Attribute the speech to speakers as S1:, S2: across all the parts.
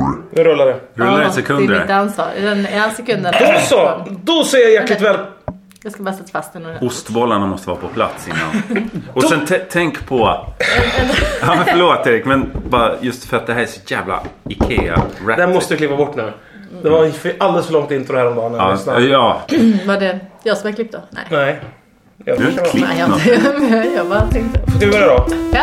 S1: Nu rullar det.
S2: Rullar i sekunder.
S3: Det är mitt ansvar. En sekund.
S1: Då säger jag hjärtligt väl.
S3: Jag ska bara sätta fast den.
S2: Ostbollarna måste vara på plats innan. Och sen tänk på... Ja, men förlåt Erik, men bara just för att det här är så jävla Ikea-rap.
S1: Den måste du kliva bort nu. Det var alldeles för långt intro häromdagen.
S2: Ja.
S3: Var det jag som har klippt då?
S1: Nej.
S2: Du har inte klippt något.
S3: Jag bara tänkte.
S1: Får du börja då?
S3: Ja.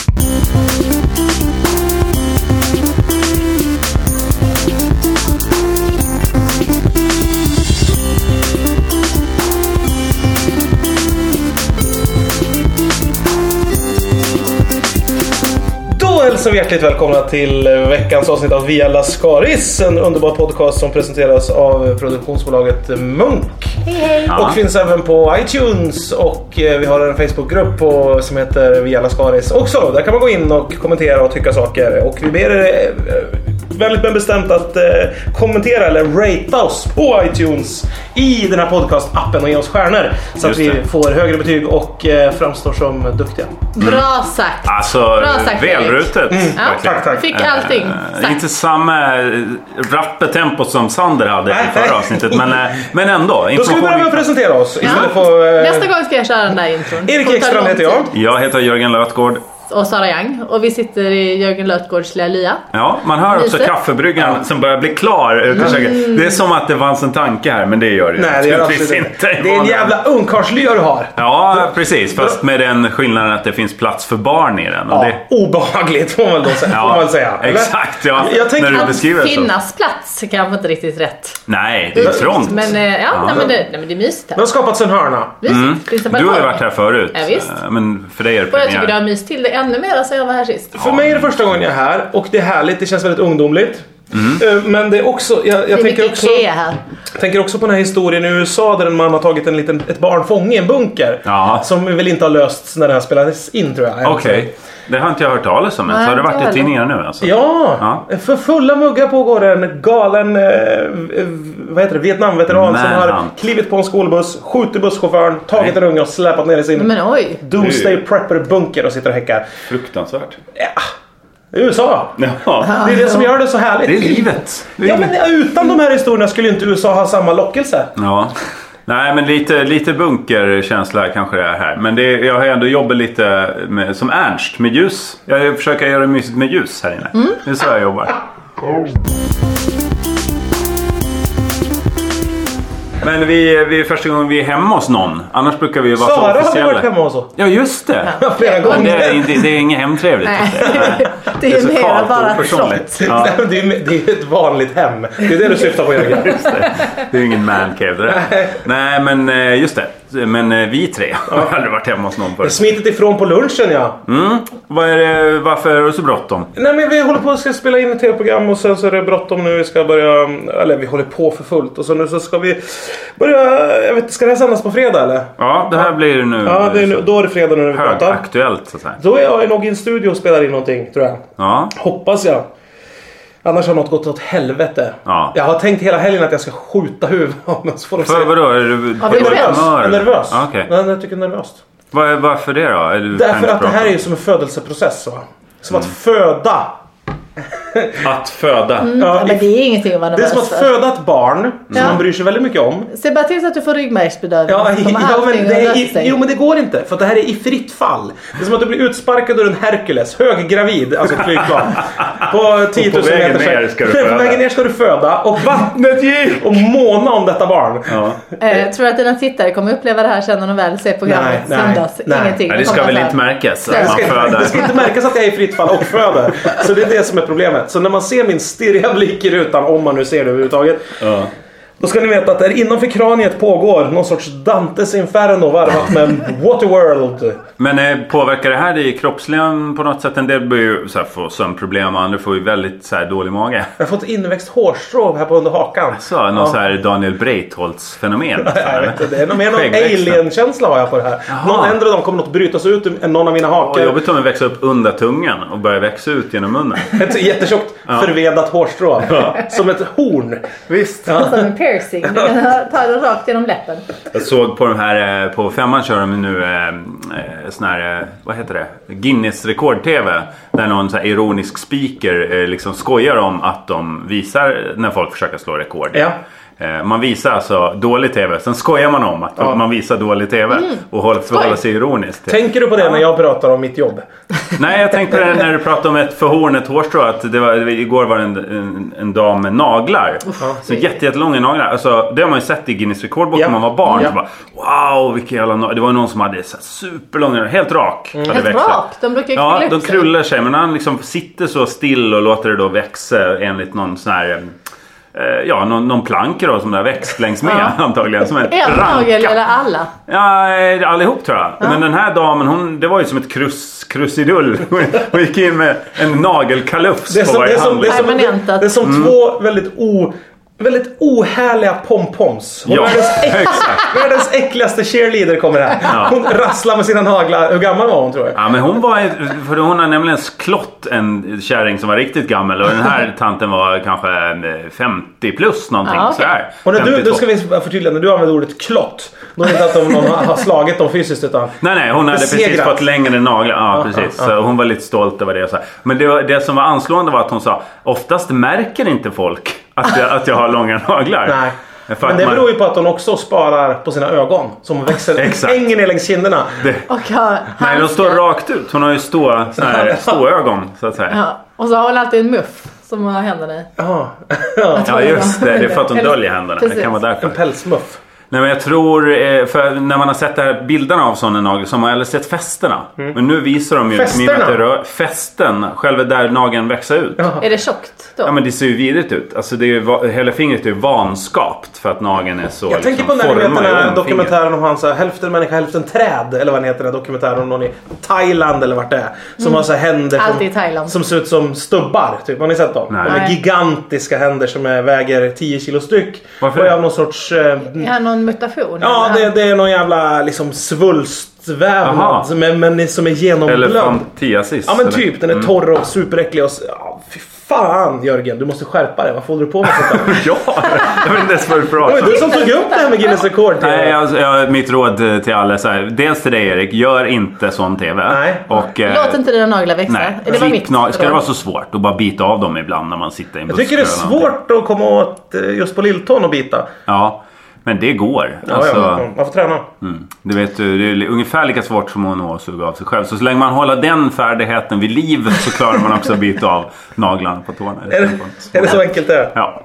S1: Då hälsar vi hjärtligt välkomna till veckans avsnitt av Via Lascaris, en underbar podcast som presenteras av produktionsbolaget Munk.
S3: Hej.
S1: Och finns även på iTunes, och vi har en Facebookgrupp som heter Via Lascaris också. Där kan man gå in och kommentera och tycka saker. Och vi ber er väldigt bestämt att kommentera eller rate oss på iTunes i den här podcast-appen och ge oss stjärnor så att vi får högre betyg och framstår som duktiga.
S3: Bra sagt.
S2: Alltså,
S3: bra sagt,
S2: välrutet.
S1: Tack.
S3: Fick allting sagt.
S2: Inte samma rappetempo som Sander hade i förra avsnittet, men ändå.
S1: Då ska vi börja med att presentera oss.
S3: Nästa gång ska jag köra den där intron.
S1: Erik Ekstrand heter jag.
S2: Jag heter Jörgen Lötgård.
S3: Och Sara Young. Och vi sitter i Jörgen Lötgårds lilla lya.
S2: Ja, man hör också kaffebryggan som börjar bli klar. Det är som att det fanns en tanke här, men det gör det.
S1: Nej, det gör absolut inte. Det är en jävla ungkarlslya du har.
S2: Ja, precis. Fast med den skillnaden att det finns plats för barn i den. Och det...
S1: obehagligt får man väl säga.
S2: Exakt, ja.
S3: Jag tänker
S2: när du beskriver
S3: att
S2: det så.
S3: finnas plats kanske inte riktigt rätt.
S2: Nej, det är trångt.
S3: Men, men det är mysigt här.
S1: Det har skapats en hörna.
S2: Du har ju varit här förut.
S3: Ja, visst.
S2: Men för dig är det
S3: och jag tycker det har myst till det ännu mer så jag var här sist.
S1: För mig är det första gången jag är här, och det är härligt, det känns väldigt ungdomligt. Men det är också jag tänker också på den här historien i USA där en man har tagit ett barn fånge i en bunker som väl inte har lösts när den här spelades in, tror jag.
S2: Okej. Det har inte jag hört talas om. Så har det varit i tidningar nu alltså?
S1: Ja. För fulla muggar pågår en galen Vietnamveteran som har klivit på en skolbuss, skjutit busschauffören, tagit en unge och släpat ner i sin Doomsday Prepper-bunker och sitter och häckar.
S2: Fruktansvärt.
S1: Ja. USA.
S2: Ja.
S1: Det är det som gör det så härligt.
S2: Det är livet.
S1: Ja, men utan de här historierna skulle inte USA ha samma lockelse.
S2: Ja. Nej, men lite bunkerkänsla kanske det är här. Men jag har ändå jobbat lite som Ernst med ljus. Jag försöker göra mysigt med ljus här inne. Det är så jag jobbar. Men vi är första gången vi är hemma hos någon. Annars brukar vi vara
S1: Sara
S2: så officiella.
S1: har varit hemma hos oss.
S2: Ja, just det.
S1: Flera gånger.
S2: Det är inget hemtrevligt.
S3: Det är mer bara
S2: personligt.
S1: Ja. Det är ett vanligt hem. Det är det du syftar på, Jörgen.
S2: Just det. Det är ingen mancave. Nej, men just det. Men vi tre har aldrig varit hemma hos någon förut.
S1: Smitit ifrån på lunchen, ja.
S2: Varför är det så bråttom?
S1: Nej, men vi håller på att ska spela in ett tv-program och sen så är det bråttom nu. Vi ska börja, eller vi håller på för fullt. Och så nu så ska vi börja, ska det här sändas på fredag eller?
S2: Ja, det här blir nu.
S1: Ja, då är det fredag nu när vi pratar.
S2: Högaktuellt så att säga.
S1: Då är jag nog i en studio och spelar in någonting, tror jag.
S2: Ja.
S1: Hoppas jag. Annars har något gått åt helvete.
S2: Ja.
S1: Jag har tänkt hela helgen att jag ska skjuta huvudet av mig.
S2: För vadå? Är du
S1: nervös?
S2: Ah, okay.
S1: Nej, jag tycker nervöst.
S2: Varför det då?
S1: Därför att det här är ju som en födelseprocess. Va? Som att föda.
S2: Att föda.
S3: Men det är ingenting att vara nervös.
S1: Det är som att föda ett barn som man bryr sig väldigt mycket om.
S3: Se bara till så att du får ryggmärgsbedövning.
S1: Men det går inte. För det här är i fritt fall. Det är som att du blir utsparkad ur en Hercules. Höggravid, alltså ett flygplan. På 10 000 meter. På vägen ner ska du föda. Och vattnet gick. Och måna om detta barn.
S3: Tror du att dina tittare kommer uppleva det här sen när de väl ser programmet sändas? Ingenting.
S2: Nej, det ska väl inte märkas.
S1: Det ska inte märkas att jag är i fritt fall och föder. Så det är det som är problemet. Så när man ser min stirriga blick i rutan, om man nu ser det överhuvudtaget, då ska ni veta att där innanför kraniet pågår någon sorts Dantes Inferno varvat med Waterworld.
S2: Men påverkar det här dig kroppsligen på något sätt? En del bör ju så här, få sömnproblem och andra får ju väldigt så här, dålig mage.
S1: Jag har fått inväxt hårstrå här på under hakan.
S2: Så, någon så här Daniel Breitholtz fenomen.
S1: Jag vet inte, det är nog mer någon alien-känsla har jag på det här. Någon ändå de kommer något brytas ut ur någon av mina hakor.
S2: Och jobbigt om den växer upp under tungan och börjar växa ut genom munnen.
S1: Ett jättetjockt förvedat hårstrå. Som ett horn.
S2: Visst.
S3: Som en piercing. Du kan ta det rakt genom läppen.
S2: Jag såg på de här, på 5:an kör de nu sån här, vad heter det? Guinness rekord-tv. Där någon så här ironisk speaker liksom skojar om att de visar när folk försöker slå rekord.
S1: Ja.
S2: Man visar alltså dålig tv. Sen skojar man om att man visar dålig tv. Och håller sig ironiskt.
S1: Tänker du på det när jag pratar om mitt jobb?
S2: Nej, jag tänkte på det när du pratade om ett förhornet hårstrå. Att igår var det en dam med naglar. Så jättelånga naglar. Alltså, det har man ju sett i Guinness rekordbok när man var barn. Så bara, wow, vilka jävla naglar. Det var någon som hade så superlånga, helt rak.
S3: Helt rak? De brukar ju
S2: ja, de krullar sig. Men han liksom sitter så still och låter det då växa enligt någon sån här... Ja, någon plank då som där växt längs med antagligen. Som en
S3: nagel eller alla?
S2: Ja, allihop tror jag. Ja. Men den här damen, det var ju som ett krusidull. Hon gick in med en nagelkalufs på varje hand.
S1: Det är som två väldigt ohärliga pompoms. Världens äckligaste cheerleader kommer här. Ja. Hon rasslar med sina naglar. Hur gammal var hon tror jag?
S2: Ja, men hon har nämligen klott en kärring som var riktigt gammal. Och den här tanten var kanske 50 plus någonting. Sådär.
S1: Och då ska vi förtydliga, när du använder ordet klott. Då är det inte att någon har slagit dem fysiskt utan...
S2: Nej, hon hade precis fått längre naglar. Ja, precis. Så hon var lite stolt över det. Och så här. Men det som var anslående var att hon sa, oftast märker inte folk att jag har långa naglar.
S1: Nej. Men det beror ju på att hon också sparar på sina ögon som växer, hänger ner längs kinderna.
S2: Nej, de står rakt ut. Hon har ju ståögon så att säga.
S3: Ja. Och så har hon alltid en muff som hon har händerna i.
S1: Ja,
S2: just det. Det är för att hon döljer händerna. Det kan vara därför.
S1: En pälsmuff.
S2: Nej, men jag tror, för när man har sett här bilderna av sådana naglar så har man aldrig sett fästena. Men nu visar de ju fästen, själva där nageln växer ut.
S3: Är det tjockt då?
S2: Ja, men det ser ju vidrigt ut. Alltså det är ju, hela fingret är ju vanskapt för att nageln är så.
S1: Jag tänker på den här dokumentären om han så här, hälften människa, hälften träd. Eller vad den heter, den dokumentären om någon i Thailand eller vart det är. Som har så här händer som ser ut som stubbar. Typ. Har ni sett dem?
S2: Nej.
S1: De är gigantiska händer som väger 10 kilo styck.
S2: Varför?
S1: Och är av någon sorts...
S3: någon mutation?
S1: Ja, det är någon jävla liksom svulstvävnad som är genomblöd.
S2: Elefantiasis.
S1: Ja, men typ. Den är torr och superäcklig och... fy fan, Jörgen. Du måste skärpa dig. Vad får du på med sånt där?
S2: Ja, jag vet inte ens vad du pratar.
S1: Det var du som tog upp det här med Guinness rekord.
S2: Nej, mitt råd till alla så här. Dels till dig, Erik. Gör inte sån tv.
S1: Nej.
S2: Och,
S3: låt inte dina naglar växa.
S2: Nej.
S3: Det var mitt
S2: ska det vara så svårt att bara bita av dem ibland när man sitter i en buske?
S1: Jag tycker det är svårt att komma åt just på lilltån och bita.
S2: Ja. Men det går.
S1: Man får träna.
S2: Du vet, det är ungefär lika svårt som att suga av sig själv. Så länge man håller den färdigheten vid livet så klarar man också att byta av naglarna på tårna.
S1: Är det så enkelt det?
S2: Ja.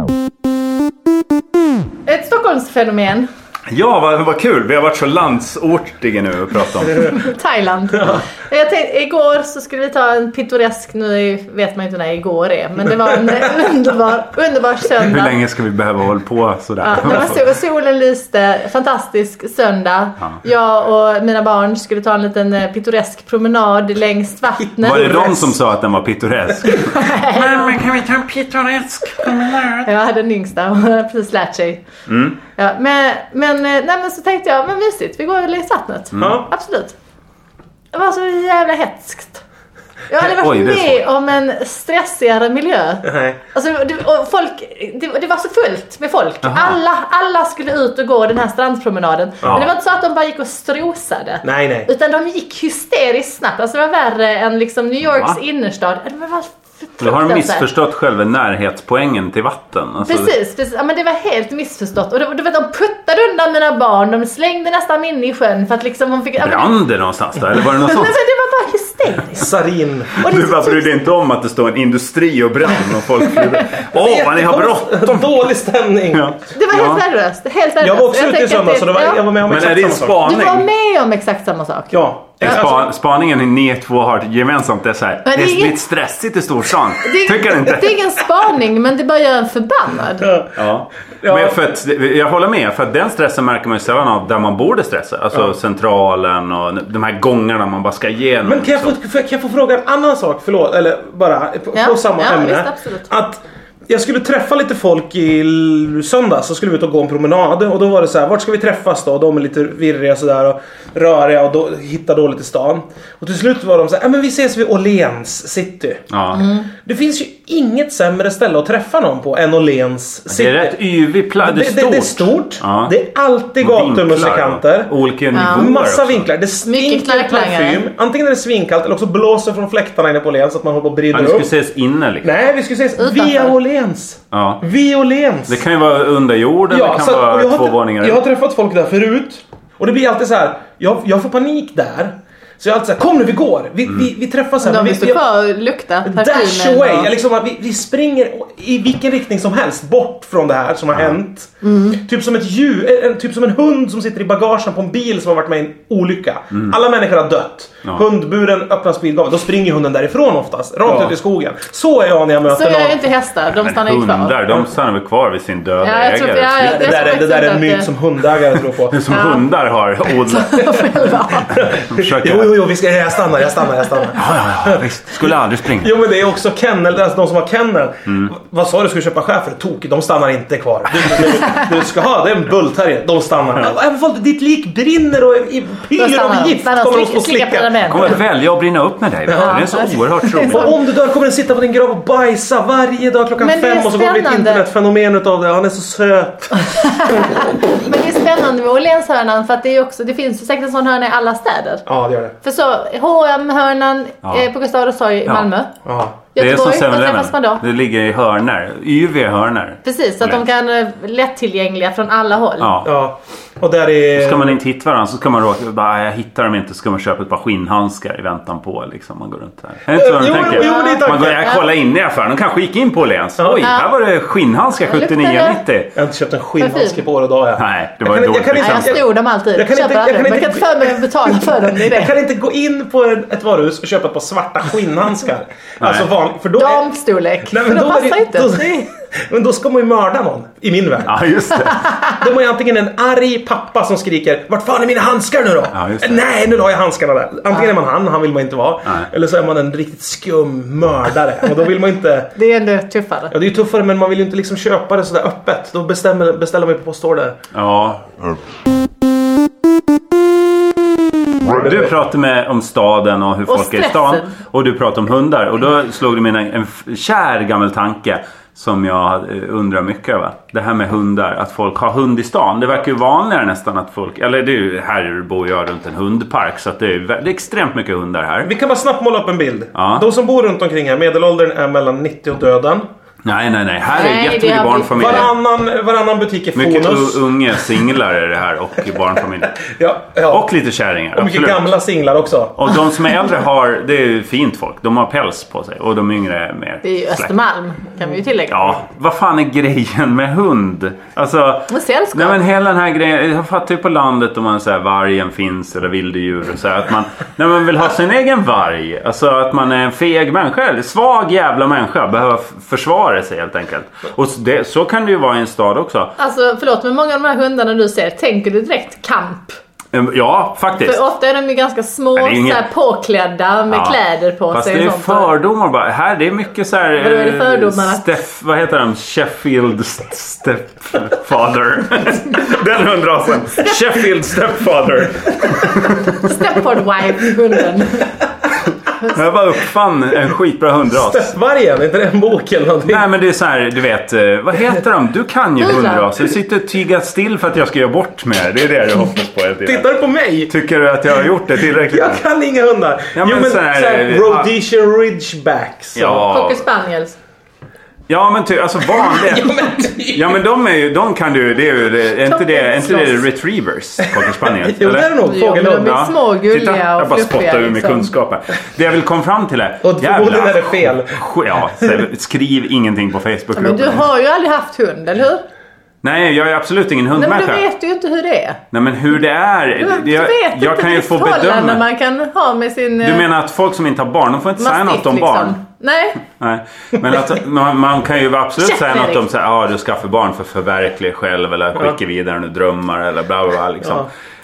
S3: Ett Stockholmsfenomen.
S2: Ja, vad kul. Vi har varit så landsortiga nu och pratat om
S3: Thailand. Jag tänkte, igår så skulle vi ta en pittoresk, nu vet man inte när igår är, men det var en underbar söndag.
S2: Hur länge ska vi behöva hålla på sådär?
S3: Ja, solen lyste, fantastisk söndag. Ja. Jag och mina barn skulle ta en liten pittoresk promenad längs vattnet.
S2: Var det de som sa att den var pittoresk? Men kan vi ta en pittoresk promenad?
S3: Jag hade den yngsta, hon hade precis lärt sig. Ja, men så tänkte jag, men mysigt, vi går längs vattnet. Absolut. Det var så jävla hetskt. Jag hade varit med om en stressigare miljö. Alltså, det var så fullt med folk. Alla skulle ut och gå den här strandpromenaden. Men det var inte så att de bara gick och strosade.
S1: Nej.
S3: Utan de gick hysteriskt snabbt. Alltså det var värre än liksom New Yorks innerstad. Det var
S2: du har missförstått själva närhetspoängen till vatten. Alltså
S3: precis. Ja, men det var helt missförstått. Och de puttade undan mina barn. De slängde nästan in i sjön för att liksom hon fick...
S2: Brann det någonstans där? Eller var det något sånt?
S3: Det var bara hysteriskt.
S1: Sarin.
S2: Du bara brydde dig inte om att det står en industri och brann och folk flyger. Vad ni har bråttom.
S1: Dålig stämning.
S3: Ja. Det var helt värdelöst.
S1: Jag var också ute i söndag så jag var med om exakt samma sak.
S3: Du var med om exakt samma sak.
S2: Ja. Spaningen ni två har gemensamt är så här. Det är lite stressigt i storstan. Tycker inte?
S3: Det är ingen spaning, men det bara gör en förbannad.
S2: Ja. Men för att, jag håller med, för att den stressen märker man ju sällan av där man borde stressa. Alltså centralen och de här gångerna man bara ska igenom.
S1: Men kan jag få fråga en annan sak? Förlåt, eller bara på samma ämne.
S3: Visst, absolut.
S1: Att jag skulle träffa lite folk i söndag, så skulle vi ut och gå en promenad. Och då var det så här, vart ska vi träffas då? Och de är lite virriga sådär och röriga och hittar dåligt i stan. Och till slut var de så här, men vi ses vid Åhléns city.
S2: Ja.
S1: Det finns ju inget sämre ställe att träffa någon på än Åhléns
S2: City. Det är rätt yvig plats.
S1: Det är stort. Ja. Det är alltid gatumusikanter.
S2: Olika nivåer.
S1: Massa vinklar. Det stinker parfym. Antingen är det svinkallt eller också blåser från fläktarna inne på Åhléns så att man håller på och brinner upp.
S2: Vi skulle ses inne liksom.
S1: Nej, vi skulle ses via Åhléns.
S2: Ja.
S1: Via Åhléns.
S2: Det kan ju vara under jorden. Det kan vara 2 våningar.
S1: Jag har träffat folk där förut. Och det blir alltid så här. Jag får panik där. Så jag alltid säger, kom nu vi går. Vi träffas här.
S3: De står kvar och luktar
S1: dash away. Liksom, vi springer i vilken riktning som helst bort från det här som har hänt. Typ som ett djur, typ som en hund som sitter i bagagen på en bil som har varit med i en olycka. Alla människor har dött. Hundburen öppnar speedgaven. Då springer hunden därifrån oftast. Rakt ut i skogen. Så är jag när jag möter någon.
S3: Så är det inte hästar. De stannar ju kvar.
S2: Hundar, de stannar väl kvar vid sin döda ägare.
S1: Det där är en myt som hundägare tror på.
S2: Det som hundar har odlat.
S1: Jo, jag stannar.
S2: Ja, visst. Skulle aldrig springa.
S1: Jo, men det är också kennel, alltså de som har kennel. Vad sa du, skulle köpa schäfer? Tok, de stannar inte kvar. Du ska ha, det är en bullterrier, de stannar. Även om ditt lik brinner och pyler av gift kommer de att slicka.
S2: Kommer välja att brinna upp med dig. Det är så oerhört troligt.
S1: Och om du dör kommer den sitta på din grav och bajsa varje dag klockan 5 och så kommer det ett internetfenomen utav det. Han är så söt.
S3: Men det är spännande med Åhlénshörnan för att det är också, det finns säkert en sån hörna i alla städer.
S1: Ja, det gör det.
S3: För så H&M-hörnan på Gustav Adolfs torg i Malmö.
S1: Ja.
S3: Göteborg,
S2: det är som
S3: 7-Eleven.
S2: Det ligger i hörnor, yviga hörnor.
S3: Precis, så att de kan lättillgängliga från alla håll.
S1: Ja. Och där är...
S2: Ska man inte hitta varandra så ska man jag hittar dem inte, så ska man köpa ett par skinnhandskar i väntan på liksom. Man går runt där. Är inte så de tänker? Man går, jag kollar in i affären. De kanske gick in på Åhléns. Oj, här var det skinnhandskar 79,90.
S1: Jag har inte köpt en skinnhandske på år och dag.
S2: Nej, det var dåligt.
S3: Jag snor dem alltid. Jag kan inte för mig att betala för dem.
S1: Jag kan inte gå in på ett varuhus och köpa ett par svarta skinnhandskar. Alltså för då
S3: damstorlek.
S1: Nej, men
S3: de passar inte.
S1: Men då ska man ju mörda någon i min värld.
S2: Ja, just det.
S1: Då är antingen en arg pappa som skriker, vart fan är mina handskar nu då?
S2: Ja,
S1: nej, nu har jag handskarna där. Antingen är man han vill man inte vara. Nej. Eller så är man en riktigt skum mördare. Och då vill man inte...
S3: Det är ändå tuffare.
S1: Ja, det är ju tuffare, men man vill ju inte liksom köpa det sådär öppet. Då beställer man på postorder.
S2: Ja. Du pratade om staden och hur folk är i stan. Och du pratade om hundar. Och då slog det mig en kär gammal tanke som jag undrar mycket över. Det här med hundar. Att folk har hund i stan. Det verkar ju vanligare nästan att folk... Eller det här bor jag runt en hundpark. Så att det är extremt mycket hundar här.
S1: Vi kan bara snabbt måla upp en bild. Ja. De som bor runt omkring här, medelåldern är mellan 90 och döden.
S2: Nej. Här är jättemycket barnfamiljer.
S1: Varannan butik är
S2: mycket unga singlar är det här och barnfamiljer.
S1: Ja.
S2: Och lite kärringar.
S1: Och mycket gamla singlar också.
S2: Och de som är äldre har, det är fint folk. De har päls på sig. Och de yngre är mer...
S3: Det är ju Östermalm, kan vi ju tillägga.
S2: Ja, vad fan är grejen med hund? Alltså...
S3: Sällskap.
S2: Nej, men hela den här grejen... Jag fattar ju på landet om man säger vargen finns eller vilddjur. Och så att man... När man vill ha sin egen varg. Alltså att man är en feg människa. Eller svag jävla människa. Behöver försvara sig helt enkelt. Och så kan det ju vara i en stad också.
S3: Alltså förlåt, men många av de här hundarna du ser, tänker du direkt kamp?
S2: Ja, faktiskt.
S3: För ofta är de ju ganska små, så här påklädda med kläder på
S2: fast
S3: sig.
S2: Fast det är fördomar bara. Här det är mycket så här...
S3: Vad är det fördomarna?
S2: Vad heter de? Sheffield Stepfather. Den hundrasen. Sheffield Stepfather.
S3: Stepford Wife, hunden.
S2: Jag bara uppfann en skitbra hundras.
S1: Steppvargen, är inte det en bok eller någonting?
S2: Nej, men det är så här, du vet, vad heter de? Du kan ju hundras. Jag sitter tygat still för att jag ska göra bort med. Det är det jag hoppas på.
S1: Tittar du på mig?
S2: Tycker du att jag har gjort det tillräckligt?
S1: Jag kan inga hundar.
S2: Ja, men
S1: så här Rhodesian Ridgebacks.
S3: Ja. Cocker Spaniels.
S2: Ja, men alltså vanliga. Ja, men de kan du, det är ju inte det retrievers, Cocker Spaniels.
S1: Jo, det är nog fågelhund.
S3: De är små, gulliga och
S2: jag bara spottar ur med kunskapen. Det jag vill komma fram till är...
S1: Och förmodligen är det fel.
S2: Ja, skriv ingenting på Facebook.
S3: Ja, men du har ju aldrig haft hund, eller hur?
S2: Nej, jag är absolut ingen hundmänniska.
S3: Nej, men du vet ju inte hur det är.
S2: Nej, men hur det är... Jag kan ju få bedöma.
S3: Man kan ha med sin...
S2: Du menar att folk som inte har barn, de får inte säga något om barn?
S3: Nej.
S2: Men att, man kan ju absolut säga något om att du skaffar barn för att förverkliga själv eller skicka vidare nu drömmar eller bla bla bla liksom.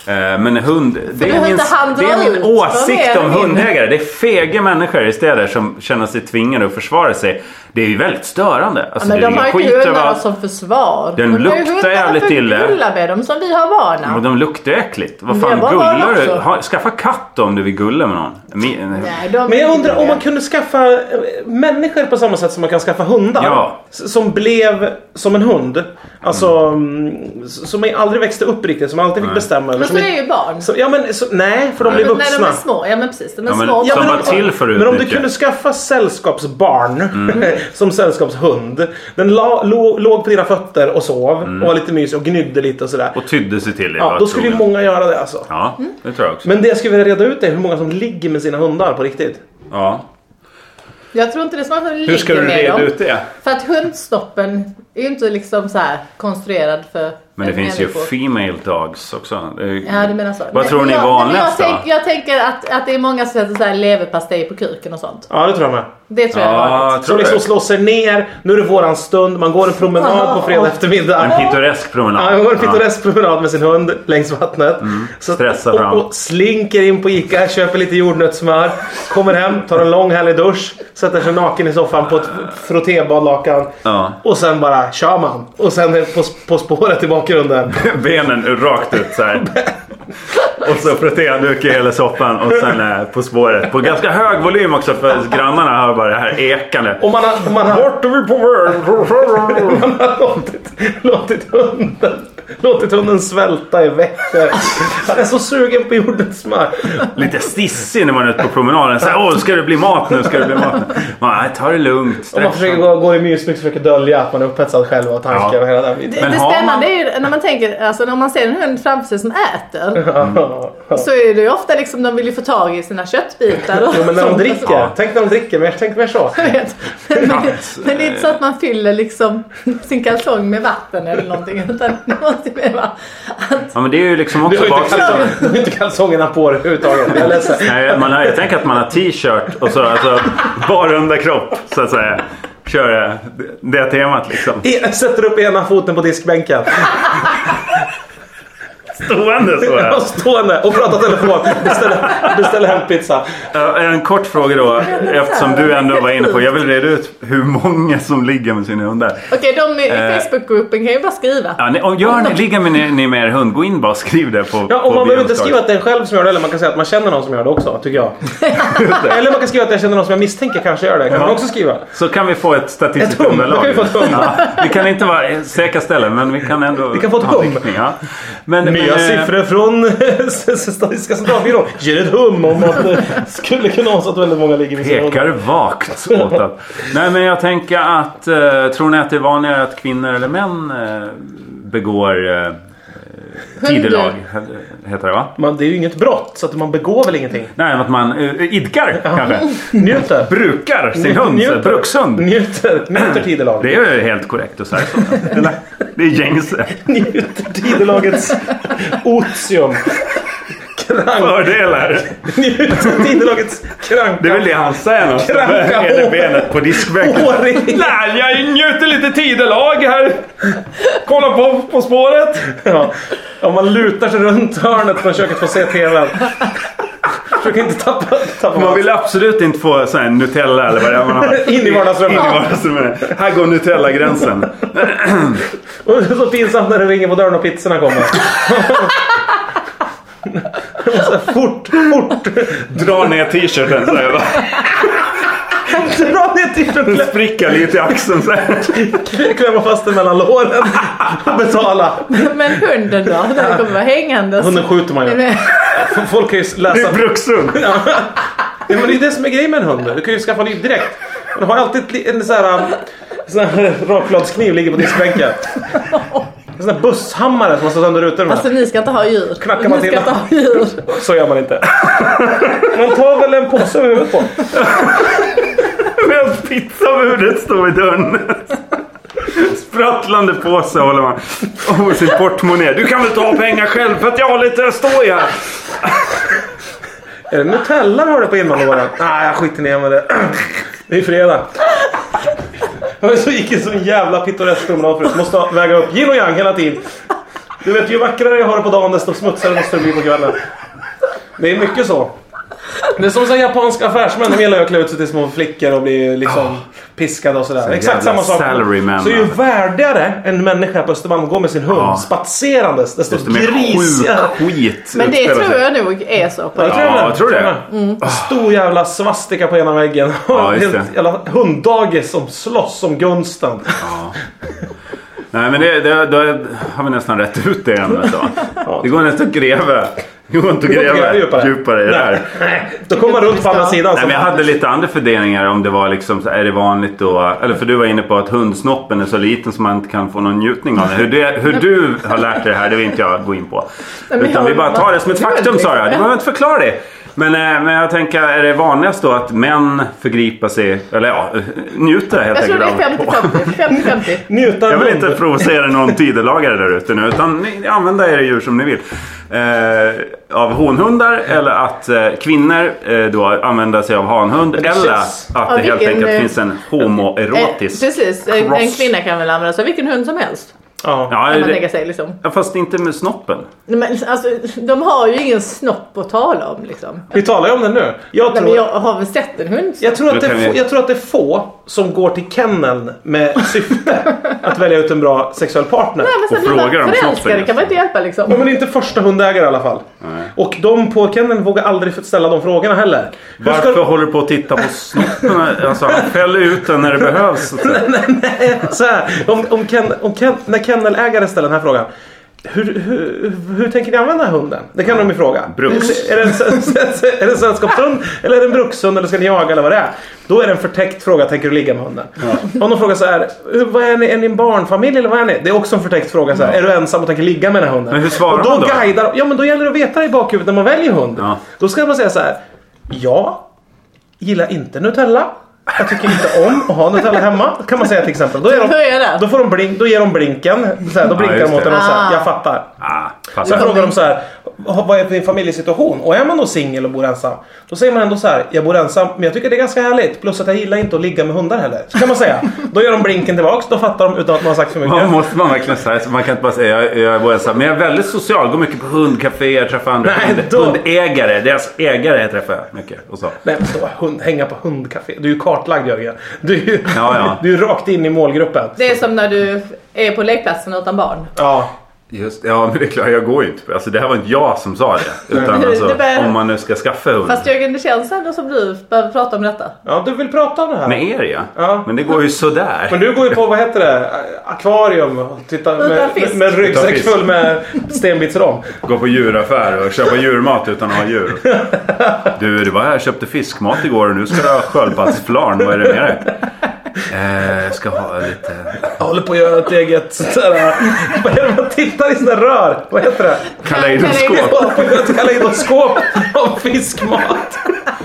S2: Men hund, det är min åsikt om hundägare. Det är fega människor i städer som känner sig tvingade att försvara sig. Det är ju väldigt störande. Alltså,
S3: men de har ju inte hundar som försvar.
S2: Den luktar jävligt illa.
S3: De gulla med dem som vi har vana.
S2: Och de luktar äckligt. Vad fan gullar du? Skaffa katt om du vill gulla med någon.
S1: Men jag undrar om man kunde skaffa människor på samma sätt som man kan skaffa hundar.
S2: Ja.
S1: Som blev som en hund. Alltså som aldrig växte upp riktigt. Som alltid fick bestämma.
S3: Men så är ju barn.
S1: Nej, för de blir vuxna.
S3: Nej, de är små. Ja, men precis. De är små.
S1: Men om du kunde skaffa sällskapsbarn som sällskapshund. Den låg på dina fötter och sov. Och var lite mysig och gnydde lite och sådär.
S2: Och tydde sig till det.
S1: Ja, då skulle ju många göra det alltså.
S2: Ja, det tror jag också.
S1: Men det jag skulle vilja reda ut är hur många som ligger med sina hundar på riktigt.
S2: Ja.
S3: Jag tror inte det är så många som ligger med dem.
S2: Hur ska du reda ut det?
S3: För att hundstoppen är ju inte liksom så här konstruerad för.
S2: Men det finns ju female dogs också.
S3: Ja, du menar så.
S2: Vad tror ni är vanligast då?
S3: Jag tänker att det är många som sätter så här leverpastej på kuken och sånt.
S1: Ja, det tror jag med.
S3: Det tror jag var.
S1: Som liksom slår sig ner. Nu är det våran stund. Man går en promenad på fredag eftermiddag.
S2: En pittoresk promenad.
S1: Ja, man går en pittoresk promenad med sin hund längs vattnet.
S2: Stressar fram.
S1: Och slinker in på Ica, köper lite jordnötssmör. Kommer hem, tar en lång härlig dusch. Sätter sig naken i soffan på ett frottébadlakan. Ja. Och sen bara kör man. Och sen är på spåret i bakgrunden.
S2: Benen rakt ut så här. Och så frottéduk i hela soffan. Och sen på spåret. På ganska hög volym också. För grannarna hör bara det här ekande.
S1: Och man har vart är vi på väg? Man har låtit hunden svälta i veckor. Han är så sugen på jordnötssmör.
S2: Lite stissig när man är ute på promenaden. Så här, ska det bli mat nu? Nej, ta det lugnt.
S1: Och man försöker gå i mysmyck och försöker dölja att man är upphetsad själv och tankar och hela den biten.
S3: Det spännande är ju när man tänker, alltså när man ser en hund framför sig som äter. Så är det ju ofta liksom, de vill ju få tag i sina köttbitar. Och
S1: men när de dricker. Tänk när de dricker, tänk mer så.
S3: Men det är inte så att man fyller liksom sin kalsong med vatten eller någonting. Utan det måste ju vara
S2: ja, men det är ju liksom också
S1: du har inte kalsongerna på det överhuvudtaget. Jag är ledsen.
S2: Nej, jag tänker att man har t-shirt och så alltså, bara under kropp så att säga. Kör det temat liksom.
S1: Sätter upp ena foten på diskbänken.
S2: Stående så här.
S1: Stående och pratar telefon. Beställer hem pizza.
S2: En kort fråga då. Eftersom du ändå var inne på. Jag vill reda ut hur många som ligger med sina hundar.
S3: Okej, de i Facebookgruppen kan ju bara skriva.
S2: Ja, ligger ni med er hund. Gå in bara och skriv det på.
S1: Ja, och man behöver inte skriva att det är själv som gör det. Eller man kan säga att man känner någon som gör det också, tycker jag. Eller man kan skriva att jag känner någon som jag misstänker kanske gör det. Kan man också skriva.
S2: Så kan vi få ett statistiskt underlag. Vi kan inte vara säkerställa, men vi kan ändå.
S1: Vi kan få ett hum.
S2: Ja. Men
S1: siffror från Statistiska centralbyrån ger ett hum om att det skulle kunna vara så att väldigt många ligger med sina
S2: pekar vakt åt att. Nej, men jag tänker att tror ni att det är vanligare att kvinnor eller män begår tidelag heter det, va?
S1: Det är ju inget brott så att man begår väl ingenting.
S2: Nej, att man idkar kanske.
S1: Njuter.
S2: Brukar sin hund, brukshund.
S1: Njuter tidelag.
S2: Det är ju helt korrekt att säga så. Eller? Det är gängse.
S1: Njuter tidelagets otium.
S2: Fördelar.
S1: Njuter tidelagets kranka.
S2: Det är väl det han säger. Kranka hår. Benet på diskbänken. Nej, jag njuter lite tidelag här. Kolla på spåret.
S1: Ja. Om man lutar sig runt hörnet från köket för att se tvn. Försök inte tappa
S2: man vill absolut inte få sån här Nutella eller vad det är man har.
S1: In i vardagsrummet.
S2: Här går Nutella-gränsen.
S1: Och det är så pinsamt när det ringer på dörren och pizzorna kommer. Fort.
S2: Dra ner t-shirten så här, va?
S1: Dra ner t-shirten.
S2: Spricka lite i axeln så här.
S1: Klämma fast den mellan låren och betala.
S3: Men hunden då? Den kommer vara hängande.
S1: Hunden skjuter man ju. Folk kan ju läsa.
S2: Det är brukshund.
S1: Ja, men det är det som är grejen med en hund. Du kan ju skaffa liv direkt. Du har alltid en sån här rakbladskniv ligger på diskbänken. En sån där busshammare som man står sönder rutor med.
S3: Alltså ni ska inte ha djur.
S1: Knackar man till. Så gör man inte. Man tar väl en påse över huvudet på.
S2: Med en pizzabudet står i dörren. Sprattlande påse håller man. Och sin portmonnaie. Du kan väl ta pengar själv för att jag har lite att stå i här.
S1: Är det Nutella har det på invandraren? Nej, jag skiter ner med det. Det är fredag. Så gick en sån jävla pittoresk promenad förut. Måste väga upp yin och yang hela tiden. Du vet, ju vackrare jag har det på dagen desto smutsigare måste det bli på kvällen. Det är mycket så. Det är som så japanska affärsmän. De gillar att klä ut sig till små flickor och bli liksom piskade och sådär. Så exakt samma sak. Så ju värdigare en människa på Östermalm går med sin hund spatserandes, desto grisigare
S2: skit.
S3: Men det tror jag nog är så. På
S2: jag tror det.
S1: Stor jävla svastika på ena väggen.
S2: Ja,
S1: helt jävla hunddagis som slåss om gunsten.
S2: Nej, men då har vi nästan rätt ut det ämnet då. Det går nästan att gräva. Det går inte att gräva djupare i det här.
S1: Då kommer man runt på andra sidan.
S2: Nej, men jag hade lite andra funderingar om det var liksom, är det vanligt då, eller för du var inne på att hundsnoppen är så liten så man inte kan få någon njutning av det. Hur du har lärt dig det här, det vill inte jag gå in på. Utan vi bara tar det som ett faktum, sa jag. Du behöver inte förklara det. Men jag tänker, är det vanligast då att män förgripa sig, eller njuter helt enkelt?
S3: Jag tror det är
S1: 50-50.
S2: Jag vill inte provocera någon tidelagare där ute nu, utan ni använder era djur som ni vill. Av honhundar, eller att kvinnor då använder sig av hanhund, eller att det helt enkelt finns en homoerotisk
S3: precis, en kvinna kan väl använda sig av vilken hund som helst.
S1: Ja,
S3: kan man tänka sig liksom.
S2: Fast inte med snoppen.
S3: Men alltså, de har ju ingen snopp att tala om liksom.
S1: Vi talar ju om det nu.
S3: Jag har väl sett en hund.
S1: Jag tror att det är få som går till kenneln med syfte att välja ut en bra sexuell partner.
S3: Nej, men
S2: och frågar om snoppen.
S3: Det kan man inte hjälpa liksom.
S1: Men inte första hundägare i alla fall. Nej. Och de på kenneln vågar aldrig ställa de frågorna heller.
S2: Varför håller du på att titta på snoppen? Alltså, han fäller ut den när det behövs.
S1: Nej. Så här, när kennelägare ställer den här frågan. Hur tänker ni använda hunden? Det kan de ju fråga.
S2: Bruks.
S1: Är det en sällskapshund eller är det en brukshund eller ska ni jaga eller vad det är? Då är det en förtäckt fråga, tänker du ligga med hunden? Ja. Om de frågar så här, vad är ni en barnfamilj eller vad är ni? Det är också en förtäckt fråga så här, är du ensam och tänker ligga med den här hunden?
S2: Men hur svarar
S1: och
S2: man då?
S1: Men då gäller det att veta det i bakhuvudet när man väljer hund. Ja. Då ska man säga så här, jag gillar inte Nutella. Jag tycker inte om att ha Nutella hemma, kan man säga till exempel. Då ger de blinken så här, då blinkar de mot den och så här, jag fattar. Så frågar de så här, vad är din familjesituation? Och är man då singel och bor ensam, då säger man ändå så här, jag bor ensam men jag tycker det är ganska härligt. Plus att jag gillar inte att ligga med hundar heller. Så kan man säga. Då gör de blinken tillbaks, då fattar de utan att man har sagt för mycket.
S2: Måste man verkligen säga, man kan inte bara säga jag bor ensam. Men jag är väldigt social, går mycket på hundcaféer, träffar andra hundägare. Deras ägare träffar jag mycket och så.
S1: Nej, men hänga på hundcafé. Du är ju kartlagd, Jörgen. Du är ju rakt in i målgruppen.
S3: Det är som när du är på lekplatsen utan barn.
S1: Ja.
S2: Just, ja, men det är klart, jag går ju inte. Alltså, det här var inte jag som sa det. Utan alltså, om man nu ska skaffa hund.
S3: Fast Jörgen, det känns ändå som du behöver prata om detta.
S1: Ja, du vill prata om det här.
S2: Med er, ja. Men det går ju sådär.
S1: Men du går ju på, vad heter det? Akvarium. Och titta med ryggsäck full med stenbitsrom.
S2: Gå på djuraffär och köpa djurmat utan att ha djur. Du var här och köpte fiskmat igår och nu ska du ha sköldpaddsflarn. Vad är det med det? Jag ska ha lite...
S1: Jag håller på att göra ett eget sådär... Vad är det man tittar i sådana rör? Vad heter det?
S2: Kaleidoskop.
S1: Ett kaleidoskop av fiskmat.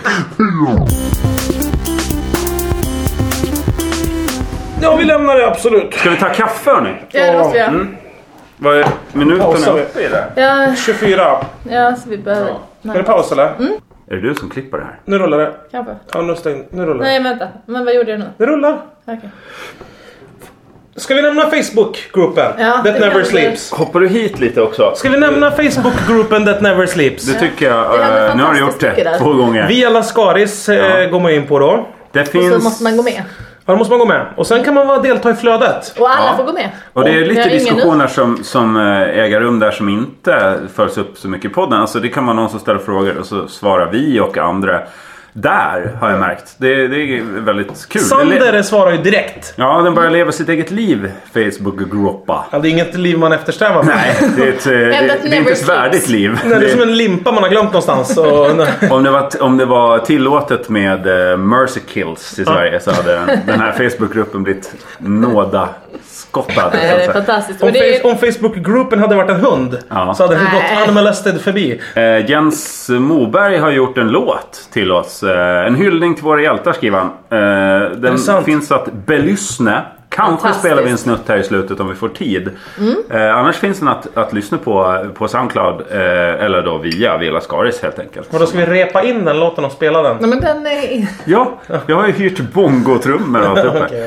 S1: Ja, vi lämnar det absolut.
S2: Ska vi ta kaffe nu?
S3: Ja, det måste vi göra.
S2: Vad är minuterna uppe i det?
S3: Ja.
S1: 24.
S3: Ja, så vi behöver...
S1: Är det paus eller?
S2: Är det du som klipper det här?
S1: Nu rullar det.
S3: Kanske.
S1: Ja, nu rullar det.
S3: Nej, vänta. Men vad gjorde jag nu?
S1: Det rullar.
S3: Okej.
S1: Ska vi nämna Facebook-gruppen That Never Sleeps?
S2: Hoppar du hit lite också?
S1: Ska vi nämna Facebook-gruppen That Never Sleeps?
S2: Det tycker jag. Nu har du gjort det 2 gånger.
S1: Via Lascaris går man in på då.
S2: Det finns...
S3: Och så måste man gå med.
S1: Ja, då måste man gå med. Och sen kan man delta i flödet.
S3: Och alla får gå med.
S2: Och det är lite diskussioner som äger rum där som inte följs upp så mycket i podden. Alltså det kan vara någon som ställer frågor och så svarar vi och andra. Där har jag märkt. Det är väldigt kul.
S1: Sander svarar ju direkt.
S2: Ja, den börjar leva sitt eget liv, Facebook-gruppa.
S1: Ja, det är inget liv man eftersträvar.
S2: Nej, det är inte ett värdigt liv.
S1: Nej, det är som en limpa man har glömt någonstans.
S2: Om det var tillåtet med Mercy Kills i Sverige så hade den här Facebook-gruppen blivit skottad.
S3: Det är fantastiskt.
S1: Om Facebook-gruppen hade varit en hund så hade den gått unmolested förbi.
S2: Jens Moberg har gjort en låt till oss. En hyllning till våra hjältar, skriver han. Den finns att belyssna. Kanske spelar vi en snutt här i slutet om vi får tid. Annars finns den att lyssna på Soundcloud eller då via Lascaris helt enkelt.
S1: Och då ska vi repa in den låten och spela den.
S3: Nej, men den är...
S2: Ja, jag har ju hyrt bongotrummor och allt uppe.
S1: Okay.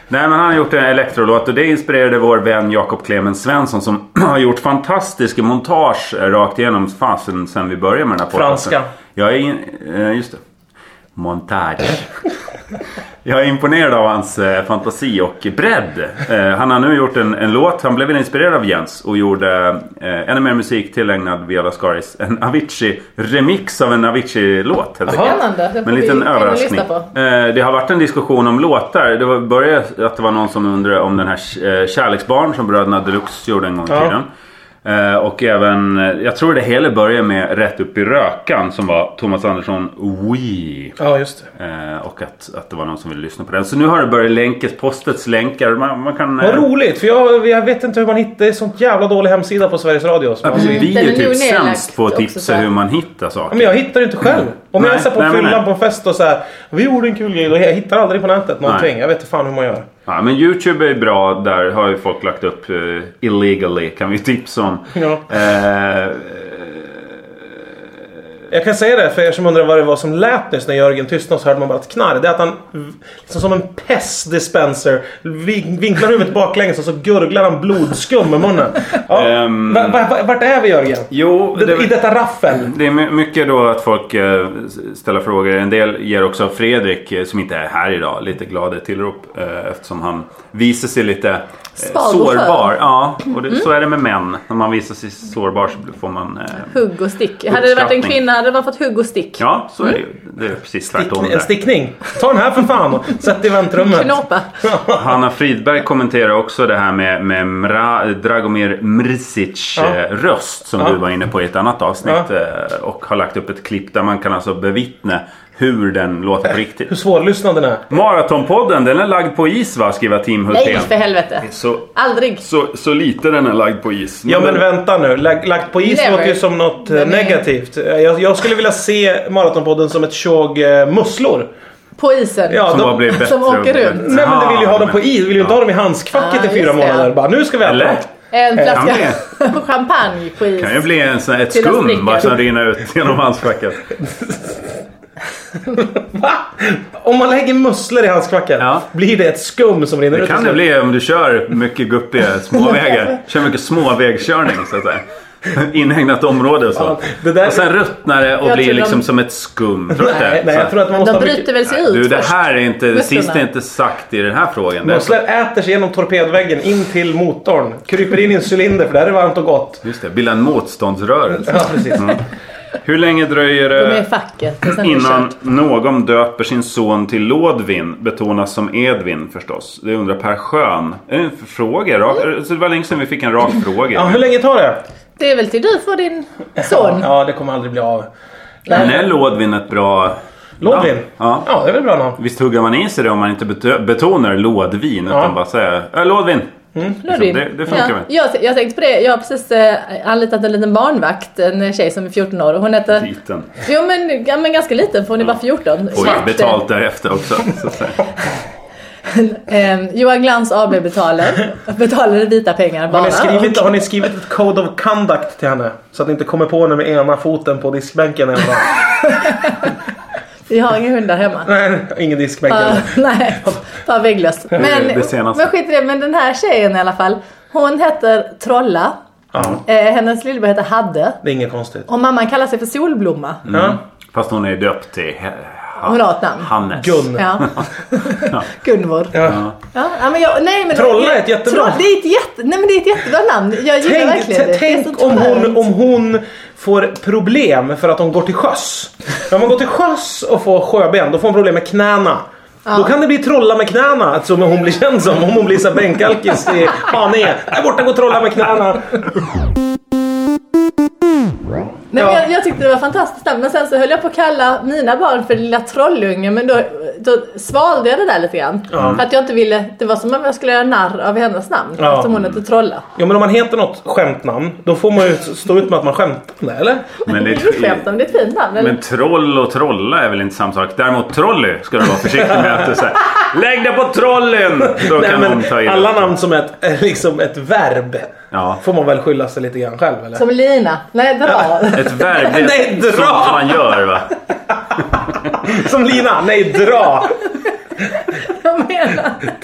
S2: Nej, men han har gjort en elektrolåt och det inspirerade vår vän Jakob Clemens Svensson som har gjort fantastiska montage rakt igenom fasen sen vi började med den här podcasten.
S1: Franska.
S2: Just det. Montage. Jag är imponerad av hans fantasi och bredd. Han har nu gjort en låt. Han blev väl inspirerad av Jens och gjorde ännu mer musik tillägnad Viola Skaris. En Avicii-remix av en Avicii-låt.
S3: Spännande.
S2: Med en liten överraskning. Det har varit en diskussion om låtar. Det började att det var någon som undrade om den här Kärleksbarn som bröderna Deluxe gjorde en gång i tiden. Och även, jag tror det hela började med Rätt upp i rökan som var Thomas Andersson Wii.
S1: Ja, just
S2: det. Och att det var någon som ville lyssna på den. Så nu har det börjat postets länkar. Man kan...
S1: Vad roligt, för jag vet inte hur man hittar en sån jävla dålig hemsida på Sveriges Radio.
S2: Vi är typ sämst på att tipsa hur man hittar saker.
S1: Men jag hittar det inte själv. Om jag är på fyllan på en fest och så här, vi gjorde en kul grej, och jag hittar aldrig på nätet någonting. Jag vet inte fan hur man gör.
S2: Ja, men YouTube är bra. Där har ju folk lagt upp illegally, kan vi tipsa om.
S1: Ja. Jag kan säga det för er som undrar vad det var som lät nyss när Jörgen tystnade, så hörde man bara ett knarr. Det är att han liksom som en pestdispenser vinklar huvudet baklänges och så gurglar han blodskum med munnen. Ja. Vart är vi, Jörgen?
S2: Jo,
S1: I detta raffel.
S2: Det är mycket då att folk ställer frågor. En del ger också Fredrik, som inte är här idag, lite glada tillrop eftersom han visar sig lite sårbar. Ja, och så är det med män. När man visar sig sårbar så får man
S3: hugg och stick. Hade det varit en kvinna hade man fått hugg och stick.
S2: Ja, så är det ju. Det är precis tvärtom.
S1: En stickning. Ta den här för fan och sätt i väntrummet.
S3: Knåpa.
S2: Hanna Fridberg kommenterar också det här med Dragomir Mrsic röst som du var inne på i ett annat avsnitt och har lagt upp ett klipp där man kan alltså bevittna hur den låter på riktigt.
S1: Hur svårlyssnad den är.
S2: Maratonpodden, den är lagd på is, va? Skriver Tim Hultén.
S3: Nej, för helvete. Aldrig.
S2: Så lite den är lagd på is.
S1: Ja, men vänta nu. Lagt på is låter ju som något negativt. Jag skulle vilja se Maratonpodden som ett tjog musslor.
S3: På isen.
S2: Ja, som
S3: åker runt.
S1: Nej, men det vill ju ha dem på is. Vill ju inte ha dem i handskfacket i 4 månader. Bara, nu ska vi äta.
S3: En flaska champagne på is.
S2: Kan ju bli ett skum bara som rinner ut genom handskfacket.
S1: Va? Om man lägger musslor i handskfacket blir det ett skum som rinner ut.
S2: Det kan det bli om du kör mycket guppiga småvägar. Kör mycket småvägskörning så att säga. Inhägnat område och så. Och sen ruttnar det och blir liksom som ett skum.
S1: Nej, jag tror att man måste
S3: de bryter väl sig ut.
S2: Det här är inte det sista är inte sagt i den här frågan.
S1: Musslor äter sig genom torpedväggen in till motorn. Kryper in i en cylinder för där är det varmt och gott.
S2: Just det, bildar en motståndsrörelse.
S1: Ja, precis.
S2: Hur länge dröjer det innan någon döper sin son till Lådvin, betonas som Edvin förstås? Det undrar Per Schön. En fråga, så det var länge sedan vi fick en rak fråga.
S1: Ja, hur länge tar det?
S3: Det är väl till du får din son.
S1: Ja, det kommer aldrig bli av.
S2: Men är Lådvin ett bra...
S1: Lådvin? Ja, det är väl bra namn.
S2: Visst huggar man i sig det om man inte betonar lådvin utan bara säger Lådvin. Det funkar väl.
S3: Jag tänkte på det. Jag har precis anlitat en liten barnvakt, en tjej som är 14 år och hon heter...
S2: Liten.
S3: Jo, men ganska liten för hon är bara 14.
S2: Och betalt därefter också så att säga.
S3: Johan Glans AB betalar vita pengar bara.
S1: Har ni skrivit ett code of conduct till henne så att ni inte kommer på henne med ena foten på diskbänken eller
S3: Vi har inga hundar hemma.
S1: Nej, ingen diskbänk.
S3: Nej, bara vägglöst. Men skit i det. Men den här tjejen i alla fall, hon heter Trolla. Hennes lillebror heter Hadde.
S1: Det är inget konstigt.
S3: Och mamman kallar sig för Solblomma.
S2: Fast hon är döpt till
S3: hon har ett namn.
S2: Hannes.
S1: Gun.
S3: Ja. Gunvor. Men
S1: Trolla är ett jättebra.
S3: Det är ett jättebra namn. Jag gillar verkligen det.
S1: Tänk om hon får problem för att hon går till sjöss. När man går till sjöss och får sjöben, då får hon problem med knäna. Då kan det bli Trolla med knäna, som hon blir känd som. Om hon blir så bänkalkis i Haninge. Där borta går Trolla med knäna.
S3: Nej, men jag tyckte det var fantastiskt. Men sen så höll jag på att kalla mina barn för lilla trollunge. Men då svalde jag det där lite grann. För att jag inte ville. Det var som om jag skulle göra narr av hennes namn. Som hon heter Trolla. Ja, men om man heter något skämtnamn, då får man ju stå ut med att man skämtar, eller? Men det är ett fint namn, eller? Men troll och trolla är väl inte samma sak. Däremot trolly ska du vara försiktig med att säga. Lägg det på trollen! Då kan hon ta in alla namn som liksom ett verb. Får man väl skylla sig lite grann själv, eller? Som Lina. Nej, dra. Ett verb, nej, dra! Som man gör, va? Som Lina, nej, dra! Jag menar.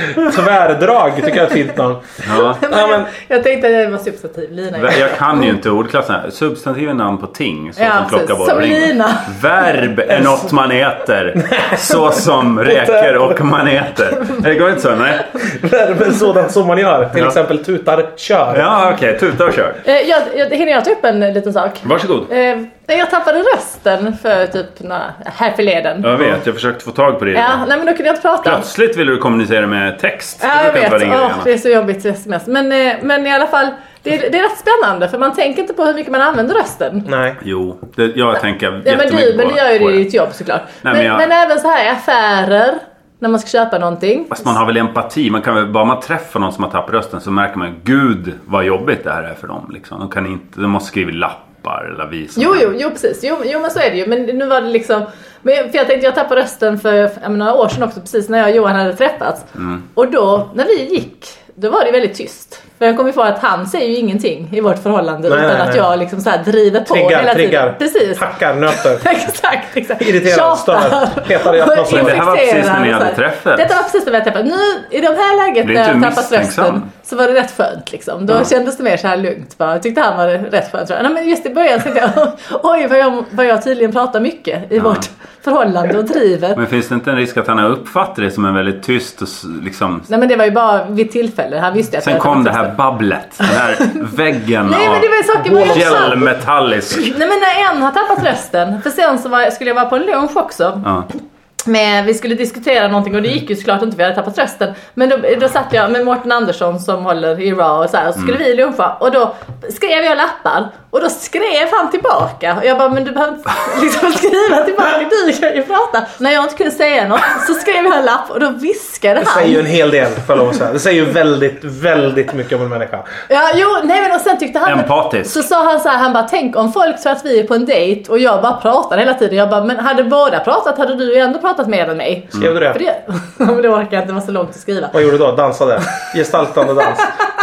S1: Tvärdrag tycker jag är ett fint namn.
S2: Ja.
S3: Men jag tänkte att det var substantiv. Lina.
S2: Jag kan ju inte ordklassen. Substantiv är namn på ting. Så som klocka
S3: som Lina.
S2: Verb är något man äter. Så som räker och maneter. Det går inte så, nej.
S1: Verb är sådant som man gör. Till exempel tutar, kör.
S2: Ja, okej. Tuta och kör.
S3: Hinner jag ta upp en liten sak?
S2: Varsågod.
S3: Jag tappade rösten för typ här förleden.
S2: Jag vet, jag försökte få tag på det.
S3: Ja, nej men då kunde jag inte prata.
S2: Plötsligt ville du kommunicera med text.
S3: Ja, jag vet. Det är så jobbigt sms. Men i alla fall, det är rätt spännande. För man tänker inte på hur mycket man använder rösten.
S1: Nej.
S2: Jo, jag tänker
S3: jättemycket men du gör ju det i ditt jobb såklart. Nej, men även så här i affärer. När man ska köpa någonting.
S2: Fast man har väl empati. Man kan väl, bara man träffar någon som har tappat rösten så märker man, gud vad jobbigt det här är för dem. Liksom. De måste skriva lappar eller visa.
S3: Jo, precis. Jo, men så är det ju. Men nu var det liksom... För jag tänkte, jag tappade rösten för några år sedan också. Precis när jag och Johan hade träffats. Och då, när vi gick, då var det väldigt tyst. För jag kom ifrån att han säger ju ingenting i vårt förhållande. Utan att jag liksom så här driver på hela tiden. Precis.
S1: Hackar, nöter.
S3: Exakt.
S1: Irriterad, stör. Petar i atmosfären.
S2: Men det här var precis när ni hade träffat.
S3: Detta var precis när vi hade träffat. Nu, i de här läget när jag tappat rösten, så var det rätt skönt liksom. Då kändes det mer så här lugnt. Jag tyckte han var rätt skönt. Nej, men just i början tänkte jag, oj vad jag tydligen pratar mycket i vårt förhållande och drivet.
S2: Men finns det inte en risk att han har uppfattat det som en väldigt tyst och liksom...
S3: Nej, men det var ju bara vid tillfälle. Han visste att
S2: sen kom det här babblet. Den här väggen.
S3: Nej, men det var ju saker
S2: gelmetallisk.
S3: Nej, men när en har tappat rösten. För sen så skulle jag vara på en lunch också.
S2: Ja.
S3: Men vi skulle diskutera någonting och det gick ju såklart inte, vi hade tappat rösten. Men då satt jag med Mårten Andersson som håller i Raw och så här, och så skulle vi luncha. Och då skrev jag lappar. Och då skrev han tillbaka. Och jag bara, men du behöver inte liksom skriva tillbaka, du kan ju prata. När jag inte kunde säga något så skrev jag en lapp och då viskade han.
S1: Det säger ju en hel del, för lov att säga. Det säger ju väldigt, väldigt mycket om en människa.
S3: Ja, nej men och sen tyckte han...
S2: Empatisk.
S3: Så sa han så här, han bara, tänk om folk tror att vi är på en dejt och jag bara pratar hela tiden. Jag bara, men hade båda pratat hade du ju ändå pratat mer än mig.
S1: Skrev du det?
S3: Men det orkar jag inte, det var så långt att skriva.
S1: Vad gjorde du då? Dansade? Gestaltande dans?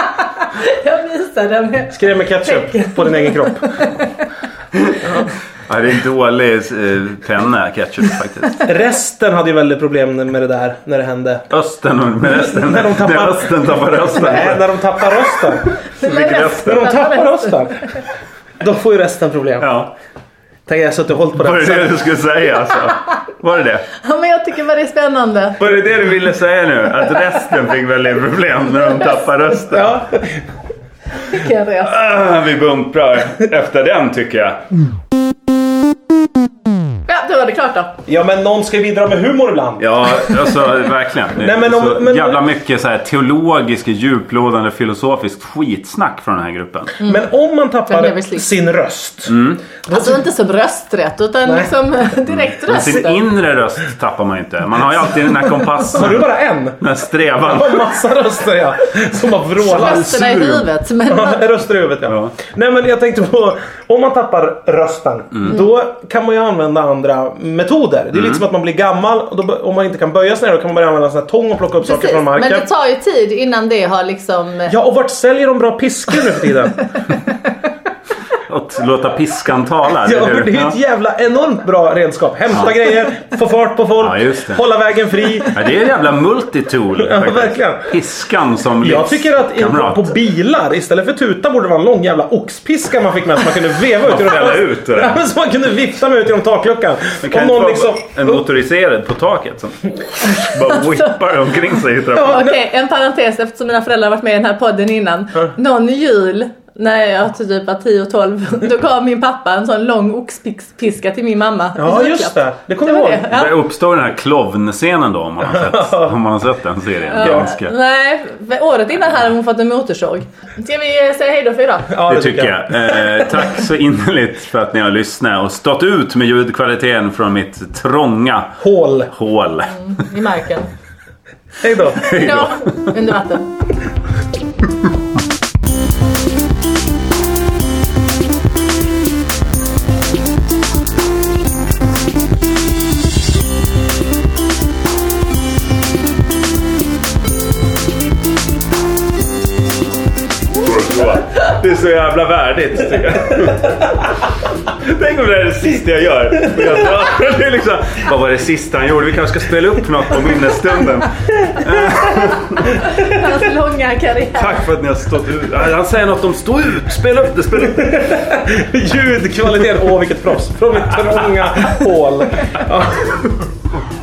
S3: Jag visade med...
S1: Skrev med ketchup på din egen kropp.
S2: Ja, det är en dålig penna, ketchup faktiskt.
S1: Resten hade ju väldigt problem med det där när det hände.
S2: Östen med resten.
S1: När
S2: Östen tappar rösten.
S1: Nej, när de tappar rösten. När de tappar rösten. Då får ju resten problem.
S2: Ja.
S1: Tänk, jag suttit och hållit på det.
S2: Var det du skulle säga alltså? Var det?
S3: Ja, men jag tycker det är spännande.
S2: Var det du ville säga nu? Att resten fick väldigt problem när de tappar rösten?
S1: Ja.
S3: Vilken rest.
S2: Vi bumprar efter den tycker jag.
S3: Ja, det var det klart då.
S1: Ja, men någon ska ju bidra med humor ibland.
S2: Ja, alltså verkligen.
S1: Nej, men
S2: jävla mycket så här teologisk, djuplådande, filosofiskt skitsnack från den här gruppen.
S1: Men om man tappar sin röst.
S3: Alltså inte som rösträtt utan liksom direkt röst.
S2: Sin inre röst tappar man inte. Man har ju alltid den här kompassen.
S1: Har du bara en?
S2: Den här strävan.
S1: Jag har massa röster, ja. Som har vrålat.
S3: Rösterna i huvudet. Men...
S1: röster i huvudet, ja. Nej, men jag tänkte på, om man tappar rösten, då kan man ju använda andra metoder. Det är lite som att man blir gammal och då, om man inte kan böja sig ner, då kan man börja använda en sån här tång och plocka upp saker från marken.
S3: Men det tar ju tid innan det har liksom...
S1: Ja, och vart säljer de bra piskor nu för tiden?
S2: Att låta piskan tala.
S1: Ja, för det är ett jävla enormt bra redskap. Hämta grejer, få fart på folk, hålla vägen fri.
S2: Ja, det är en jävla multitool.
S1: Ja, verkligen.
S2: Piskan som
S1: jag tycker att på bilar, istället för tuta, borde det vara en lång jävla oxpiska man fick med, så man kunde veva ut det. Ja, så man kunde vifta med ut genom takluckan.
S2: Men kan någon liksom... en motoriserad på taket som bara whippar omkring sig.
S3: Okej, en parentes, eftersom mina föräldrar har varit med i den här podden innan. Någon jul, när jag typ var 10-12, då gav min pappa en sån lång oxpiska till min mamma.
S1: Ja, just det. Det kommer jag ihåg.
S2: Det uppstår den här klovnscenen då, om man har sett den serien. Ganska.
S3: Nej, året innan hade hon fått en motorsåg. Ska vi säga hej då för idag?
S2: Ja, det tycker jag. Tack så innerligt för att ni har lyssnat och stått ut med ljudkvaliteten från mitt trånga hål.
S3: I marken.
S1: Hej då.
S3: Hej då. Under vatten.
S2: What? Det är så jävla värdigt, tycker jag. Tänk om det är det sista jag gör. Det är liksom, vad var det sista han gjorde? Vi kanske ska spela upp något på minnesstunden.
S3: Hans långa karriär.
S2: Tack för att ni har stått ut. Han säger något om stå ut. Spela upp det.
S1: Ljudkvaliteten. Vilket proffs. Från mitt trånga hål. Ja.